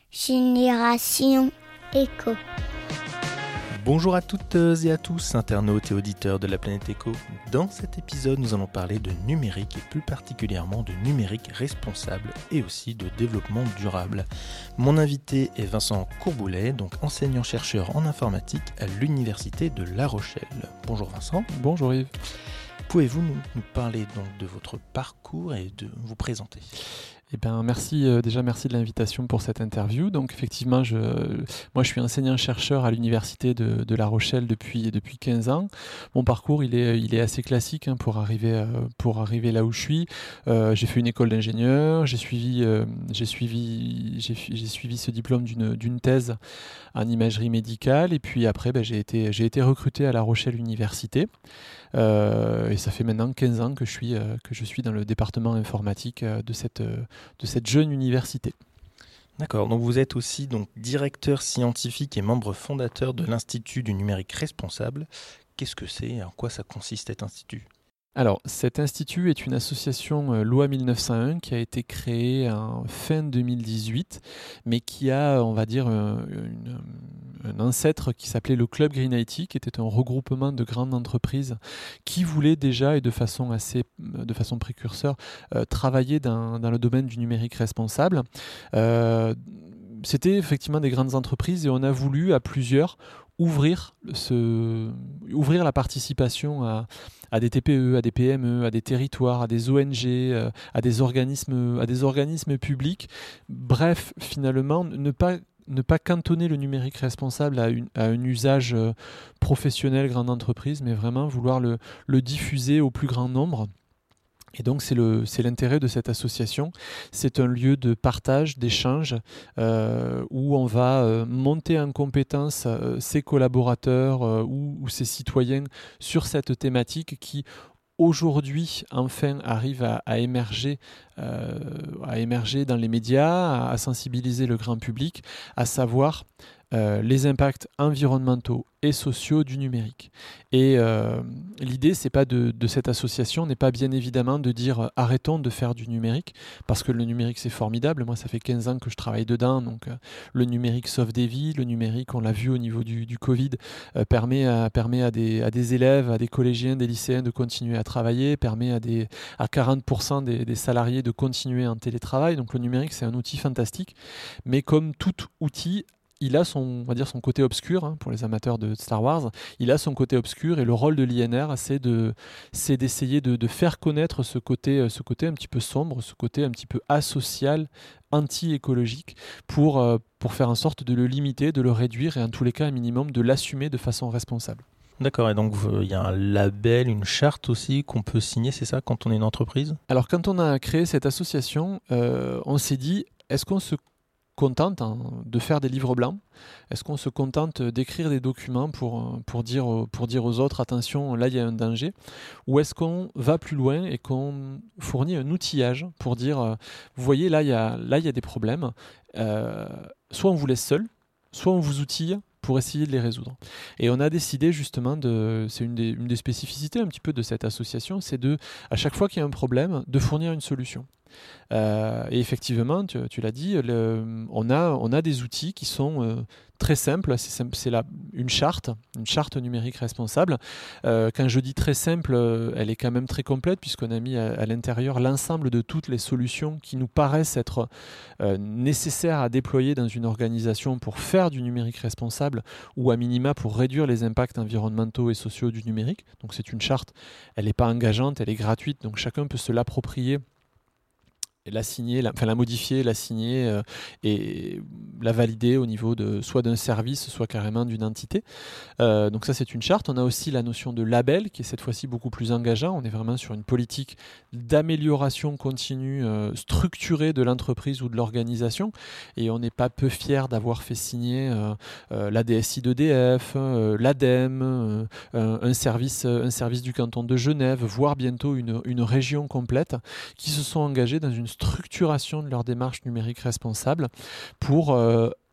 Génération Éco. Bonjour à toutes et à tous, internautes et auditeurs de la planète Éco. Dans cet épisode, nous allons parler de numérique et plus particulièrement de numérique responsable et aussi de développement durable. Mon invité est Vincent Courboulet, donc enseignant-chercheur en informatique à l'Université de La Rochelle. Bonjour Vincent. Bonjour Yves. Pouvez-vous nous parler donc de votre parcours et de vous présenter ? Eh bien, merci de l'invitation pour cette interview. Donc effectivement, moi je suis enseignant-chercheur à l'Université de La Rochelle depuis 15 ans. Mon parcours il est assez classique pour arriver là où je suis. J'ai fait une école d'ingénieur, j'ai suivi ce diplôme d'une thèse en imagerie médicale et puis après j'ai été recruté à La Rochelle Université. Et ça fait maintenant 15 ans que je suis dans le département informatique de cette jeune université. D'accord, donc vous êtes aussi directeur scientifique et membre fondateur de l'Institut du numérique responsable. Qu'est-ce que c'est et en quoi ça consiste cet institut ? Alors, cet institut est une association loi 1901 qui a été créée en fin 2018, mais qui a, on va dire, un ancêtre qui s'appelait le Club Green IT, qui était un regroupement de grandes entreprises qui voulaient déjà, et de façon précurseur, travailler dans le domaine du numérique responsable. C'était effectivement des grandes entreprises et on a voulu à plusieurs ouvrir la participation à des TPE, à des PME, à des territoires, à des ONG, à des organismes publics. Bref, finalement, ne pas cantonner le numérique responsable à un usage professionnel, grande entreprise, mais vraiment vouloir le diffuser au plus grand nombre. Et donc c'est l'intérêt de cette association. C'est un lieu de partage, d'échange, où on va monter en compétence ses collaborateurs ou ses citoyens sur cette thématique qui aujourd'hui enfin arrive à émerger dans les médias, à sensibiliser le grand public, à savoir les impacts environnementaux et sociaux du numérique. Et l'idée de cette association n'est pas bien évidemment de dire arrêtons de faire du numérique, parce que le numérique c'est formidable. Moi ça fait 15 ans que je travaille dedans, donc le numérique sauve des vies. Le numérique, on l'a vu au niveau du Covid, permet à des élèves, à des collégiens, des lycéens de continuer à travailler, permet à 40% des salariés de continuer en télétravail. Donc le numérique c'est un outil fantastique, mais comme tout outil, il a son côté obscur, pour les amateurs de Star Wars, il a son côté obscur et le rôle de l'INR, c'est d'essayer de faire connaître ce côté un petit peu sombre, ce côté un petit peu asocial, anti-écologique, pour faire en sorte de le limiter, de le réduire et en tous les cas, un minimum, de l'assumer de façon responsable. D'accord, et donc il y a un label, une charte aussi qu'on peut signer, c'est ça, quand on est une entreprise ? Alors quand on a créé cette association, on s'est dit, est-ce qu'on se contente de faire des livres blancs ? Est-ce qu'on se contente d'écrire des documents pour dire aux autres attention, là il y a un danger ? Ou est-ce qu'on va plus loin et qu'on fournit un outillage pour dire vous voyez là il y a des problèmes, soit on vous laisse seul, soit on vous outille pour essayer de les résoudre. Et on a décidé justement c'est une des spécificités un petit peu de cette association, c'est à chaque fois qu'il y a un problème, de fournir une solution. Et effectivement, tu l'as dit, on a des outils qui sont très simples. C'est une charte numérique responsable. Quand je dis très simple, elle est quand même très complète puisqu'on a mis à l'intérieur l'ensemble de toutes les solutions qui nous paraissent être nécessaires à déployer dans une organisation pour faire du numérique responsable ou à minima pour réduire les impacts environnementaux et sociaux du numérique. Donc c'est une charte, elle n'est pas engageante, elle est gratuite, donc chacun peut se l'approprier, la signer, la modifier, la signer et la valider au niveau soit d'un service, soit carrément d'une entité. Donc ça c'est une charte. On a aussi la notion de label qui est cette fois-ci beaucoup plus engageant. On est vraiment sur une politique d'amélioration continue, structurée de l'entreprise ou de l'organisation. Et on n'est pas peu fier d'avoir fait signer la DSI d'EDF, l'ADEME, un service du canton de Genève, voire bientôt une région complète qui se sont engagés dans une structuration de leur démarche numérique responsable pour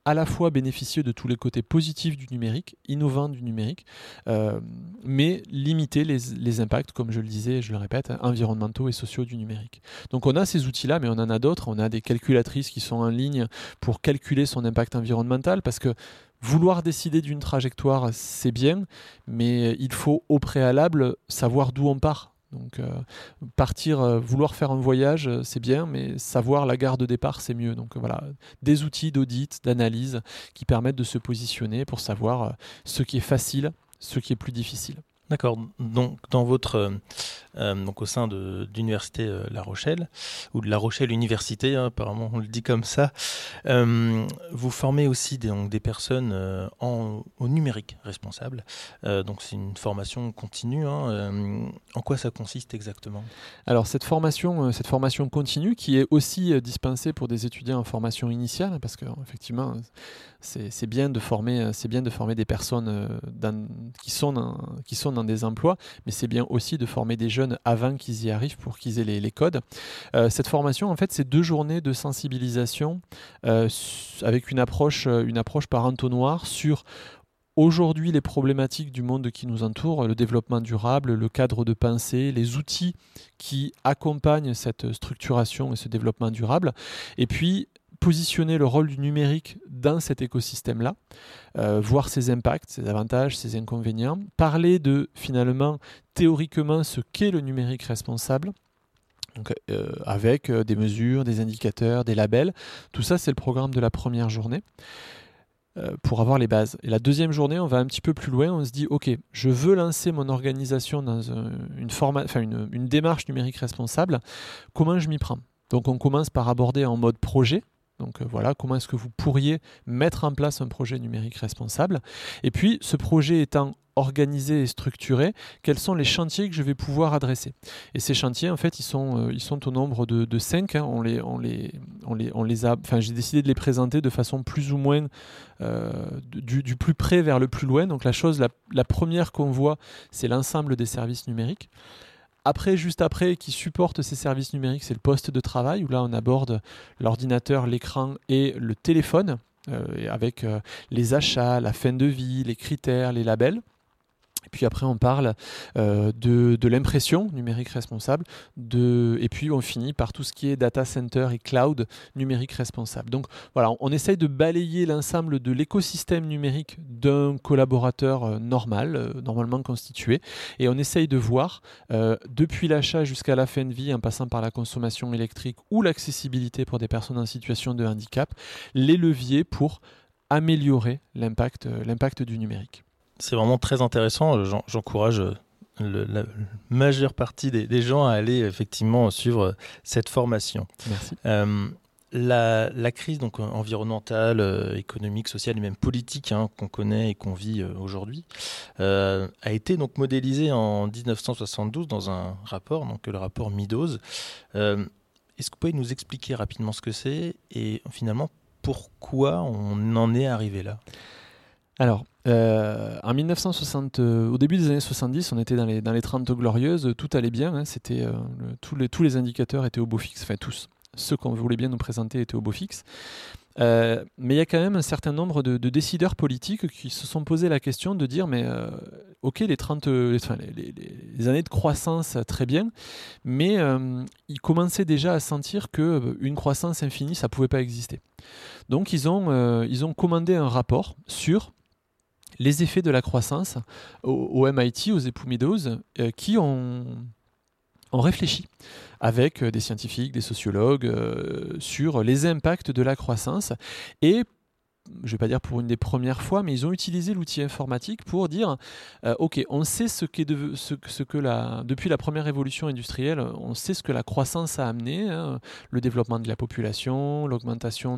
à la fois bénéficier de tous les côtés positifs du numérique, innovants du numérique, mais limiter les impacts, comme je le disais, je le répète, environnementaux et sociaux du numérique. Donc on a ces outils-là, mais on en a d'autres. On a des calculatrices qui sont en ligne pour calculer son impact environnemental, parce que vouloir décider d'une trajectoire, c'est bien, mais il faut au préalable savoir d'où on part. Donc vouloir faire un voyage, c'est bien, mais savoir la gare de départ, c'est mieux. Donc voilà, des outils d'audit, d'analyse qui permettent de se positionner pour savoir ce qui est facile, ce qui est plus difficile. D'accord. Donc, dans votre, donc au sein d'Université La Rochelle, ou de La Rochelle Université, hein, apparemment on le dit comme ça, vous formez aussi des personnes au numérique responsable. Donc c'est une formation continue. Hein. En quoi ça consiste exactement ? Alors cette formation continue qui est aussi dispensée pour des étudiants en formation initiale, parce qu'effectivement c'est bien de former des personnes qui sont dans des emplois, mais c'est bien aussi de former des jeunes avant qu'ils y arrivent pour qu'ils aient les codes. Cette formation, en fait, c'est 2 journées de sensibilisation avec une approche par entonnoir sur aujourd'hui les problématiques du monde qui nous entoure, le développement durable, le cadre de pensée, les outils qui accompagnent cette structuration et ce développement durable, et puis positionner le rôle du numérique dans cet écosystème-là, voir ses impacts, ses avantages, ses inconvénients, parler de, finalement, théoriquement, ce qu'est le numérique responsable, donc, avec des mesures, des indicateurs, des labels. Tout ça, c'est le programme de la première journée, pour avoir les bases. Et la deuxième journée, on va un petit peu plus loin, on se dit, ok, je veux lancer mon organisation dans une démarche numérique responsable, comment je m'y prends ? Donc on commence par aborder en mode projet. Donc voilà, comment est-ce que vous pourriez mettre en place un projet numérique responsable ? Et puis, ce projet étant organisé et structuré, quels sont les chantiers que je vais pouvoir adresser ? Et ces chantiers, en fait, ils sont au nombre de 5. Hein. J'ai décidé de les présenter de façon plus ou moins du plus près vers le plus loin. Donc la première qu'on voit, c'est l'ensemble des services numériques. Juste après, qui supporte ces services numériques, c'est le poste de travail, où là on aborde l'ordinateur, l'écran et le téléphone, avec les achats, la fin de vie, les critères, les labels. Et puis après, on parle de l'impression numérique responsable, et puis on finit par tout ce qui est data center et cloud numérique responsable. Donc voilà, on essaye de balayer l'ensemble de l'écosystème numérique d'un collaborateur normalement constitué, et on essaye de voir, depuis l'achat jusqu'à la fin de vie, en passant par la consommation électrique ou l'accessibilité pour des personnes en situation de handicap, les leviers pour améliorer l'impact du numérique. C'est vraiment très intéressant. J'encourage la majeure partie des gens à aller effectivement suivre cette formation. Merci. La crise donc environnementale, économique, sociale et même politique, hein, qu'on connaît et qu'on vit aujourd'hui a été donc modélisée en 1972 dans un rapport, donc le rapport Meadows. Est-ce que vous pouvez nous expliquer rapidement ce que c'est et finalement pourquoi on en est arrivé là ? Alors, en 1960, au début des années 70, on était dans les 30 glorieuses, tout allait bien, hein, tous les indicateurs étaient au beau fixe, enfin tous, ceux qu'on voulait bien nous présenter étaient au beau fixe. Mais il y a quand même un certain nombre de décideurs politiques qui se sont posé la question de dire, mais ok, les années de croissance, très bien, mais ils commençaient déjà à sentir qu'une croissance infinie, ça ne pouvait pas exister. Donc ils ont commandé un rapport sur les effets de la croissance au MIT, aux époux Meadows, qui ont réfléchi avec des scientifiques, des sociologues, sur les impacts de la croissance. Et je ne vais pas dire pour une des premières fois, mais ils ont utilisé l'outil informatique pour dire ok, on sait depuis la première révolution industrielle, on sait ce que la croissance a amené, hein, le développement de la population, l'augmentation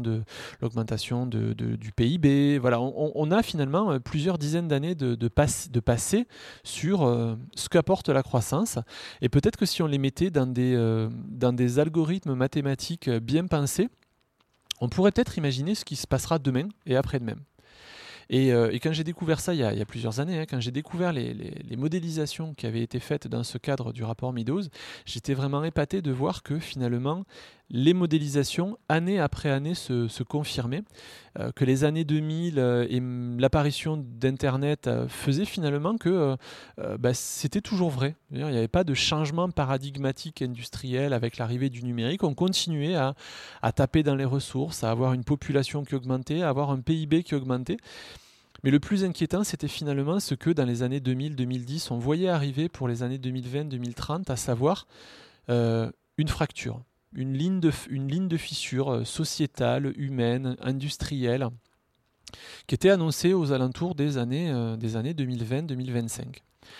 du PIB. Voilà, on a finalement plusieurs dizaines d'années de passé sur ce qu'apporte la croissance. Et peut-être que si on les mettait dans des algorithmes mathématiques bien pensés, on pourrait peut-être imaginer ce qui se passera demain et après-demain. Et quand j'ai découvert ça il y a plusieurs années, hein, quand j'ai découvert les modélisations qui avaient été faites dans ce cadre du rapport Meadows, j'étais vraiment épaté de voir que finalement les modélisations, année après année, se confirmaient, que les années 2000 et l'apparition d'Internet faisaient finalement que c'était toujours vrai. Il n'y avait pas de changement paradigmatique industriel avec l'arrivée du numérique. On continuait à taper dans les ressources, à avoir une population qui augmentait, à avoir un PIB qui augmentait. Mais le plus inquiétant, c'était finalement ce que dans les années 2000-2010, on voyait arriver pour les années 2020-2030, à savoir une fracture. Une ligne de fissure sociétale, humaine, industrielle, qui était annoncée aux alentours des années 2020-2025.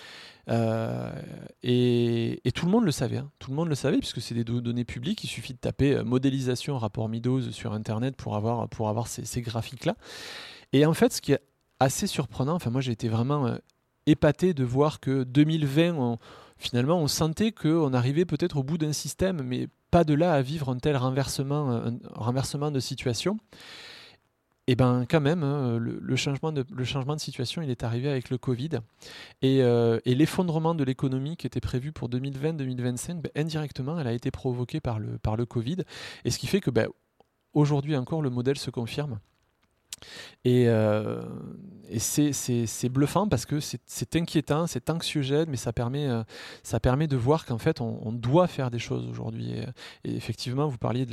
Et tout le monde le savait. Tout le monde le savait, puisque c'est des données publiques. Il suffit de taper modélisation rapport Meadows sur Internet pour avoir ces graphiques-là. Et en fait, ce qui est assez surprenant, moi j'ai été vraiment épaté de voir que 2020, finalement on sentait qu'on arrivait peut-être au bout d'un système, mais pas de là à vivre un tel renversement de situation. Et bien quand même, le changement de situation, il est arrivé avec le Covid. Et l'effondrement de l'économie qui était prévu pour 2020-2025, indirectement, elle a été provoquée par le Covid. Et ce qui fait que aujourd'hui encore, le modèle se confirme. Et c'est bluffant parce que c'est inquiétant, c'est anxiogène, mais ça permet de voir qu'en fait on doit faire des choses aujourd'hui. Et effectivement, vous parliez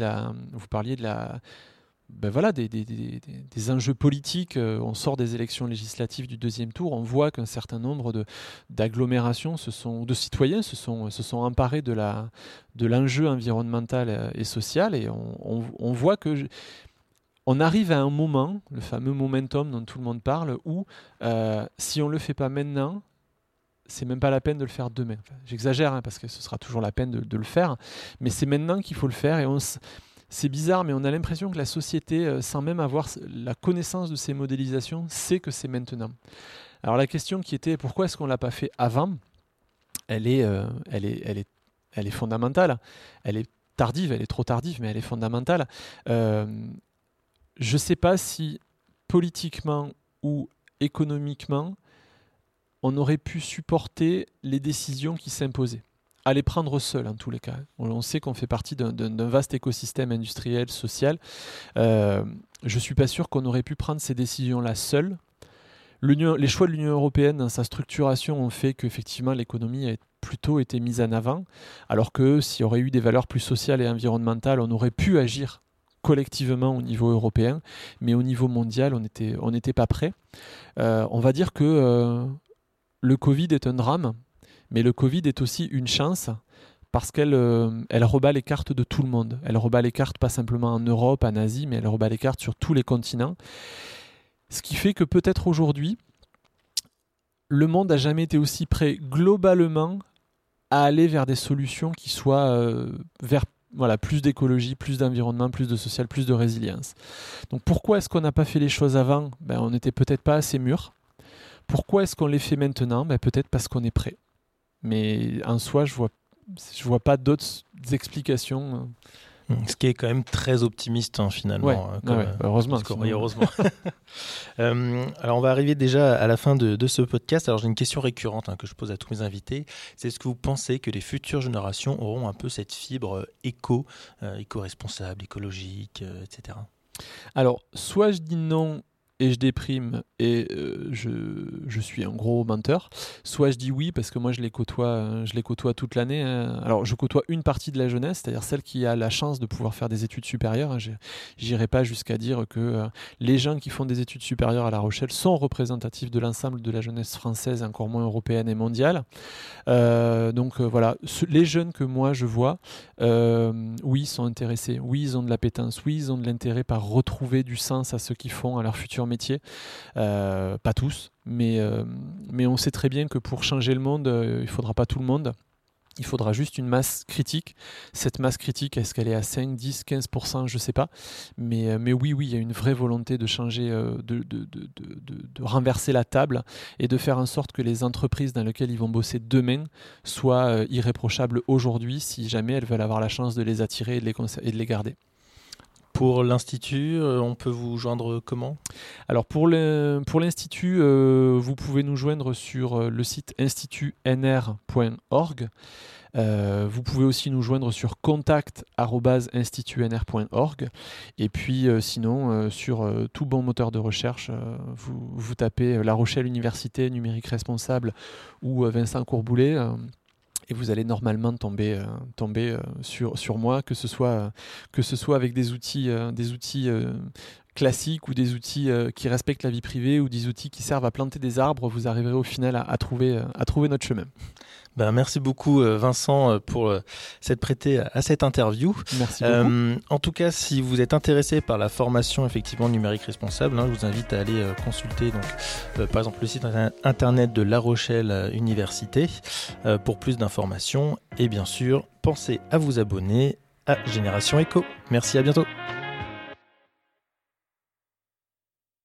des enjeux politiques. On sort des élections législatives du deuxième tour, on voit qu'un certain nombre d'agglomérations de citoyens se sont emparés de l'enjeu environnemental et social, et on voit que on arrive à un moment, le fameux momentum dont tout le monde parle, où si on ne le fait pas maintenant, c'est même pas la peine de le faire demain. J'exagère, parce que ce sera toujours la peine de le faire, mais c'est maintenant qu'il faut le faire. Et c'est bizarre, mais on a l'impression que la société, sans même avoir la connaissance de ces modélisations, sait que c'est maintenant. Alors la question qui était pourquoi est-ce qu'on ne l'a pas fait avant, elle est fondamentale. Elle est tardive, elle est trop tardive, mais elle est fondamentale. Je ne sais pas si politiquement ou économiquement, on aurait pu supporter les décisions qui s'imposaient. À les prendre seuls, en tous les cas. On sait qu'on fait partie d'un vaste écosystème industriel, social. Je ne suis pas sûr qu'on aurait pu prendre ces décisions-là seuls. Les choix de l'Union européenne dans sa structuration ont fait qu'effectivement l'économie a plutôt été mise en avant, alors que s'il y aurait eu des valeurs plus sociales et environnementales, on aurait pu agir collectivement au niveau européen, mais au niveau mondial, on n'était pas prêt. On va dire que le Covid est un drame, mais le Covid est aussi une chance parce qu'elle rebat les cartes de tout le monde. Elle rebat les cartes pas simplement en Europe, en Asie, mais elle rebat les cartes sur tous les continents. Ce qui fait que peut-être aujourd'hui, le monde n'a jamais été aussi prêt globalement à aller vers des solutions qui soient vers plus d'écologie, plus d'environnement, plus de social, plus de résilience. Donc pourquoi est-ce qu'on n'a pas fait les choses avant ? On n'était peut-être pas assez mûr. Pourquoi est-ce qu'on les fait maintenant ? Peut-être parce qu'on est prêt. Mais en soi, je vois pas d'autres explications. Ce qui est quand même très optimiste finalement. Heureusement. Heureusement. Alors on va arriver déjà à la fin de ce podcast. Alors j'ai une question récurrente que je pose à tous mes invités. C'est est-ce que vous pensez que les futures générations auront un peu cette fibre éco-responsable, écologique, etc. Alors soit je dis non et je déprime et je suis un gros menteur, soit je dis oui parce que moi je les côtoie toute l'année. Alors je côtoie une partie de la jeunesse, c'est-à-dire celle qui a la chance de pouvoir faire des études supérieures. J'irai pas jusqu'à dire que les gens qui font des études supérieures à La Rochelle sont représentatifs de l'ensemble de la jeunesse française, encore moins européenne et mondiale. Donc voilà, les jeunes que moi je vois, oui, ils sont intéressés, oui, ils ont de l'appétence, oui, ils ont de l'intérêt par retrouver du sens à ce qu'ils font, à leur futur métier. Pas tous, mais on sait très bien que pour changer le monde, il ne faudra pas tout le monde. Il faudra juste une masse critique. Cette masse critique, est-ce qu'elle est à 5, 10, 15%, je ne sais pas. Mais oui, il y a une vraie volonté de changer, de renverser la table et de faire en sorte que les entreprises dans lesquelles ils vont bosser demain soient irréprochables aujourd'hui si jamais elles veulent avoir la chance de les attirer et de les garder. Pour l'Institut, on peut vous joindre comment ? Alors pour l'Institut, vous pouvez nous joindre sur le site institutnr.org. Vous pouvez aussi nous joindre sur contact@institutnr.org. Et puis sinon, sur tout bon moteur de recherche, vous tapez La Rochelle Université numérique responsable ou Vincent Courboulet. Et vous allez normalement tomber sur moi, que ce soit avec des outils classiques ou des outils qui respectent la vie privée ou des outils qui servent à planter des arbres. Vous arriverez au final à trouver notre chemin. Merci beaucoup Vincent pour s'être prêté à cette interview. Merci beaucoup. En tout cas, si vous êtes intéressé par la formation effectivement numérique responsable, je vous invite à aller consulter par exemple le site internet de La Rochelle Université pour plus d'informations. Et bien sûr, pensez à vous abonner à Génération Éco. Merci, à bientôt.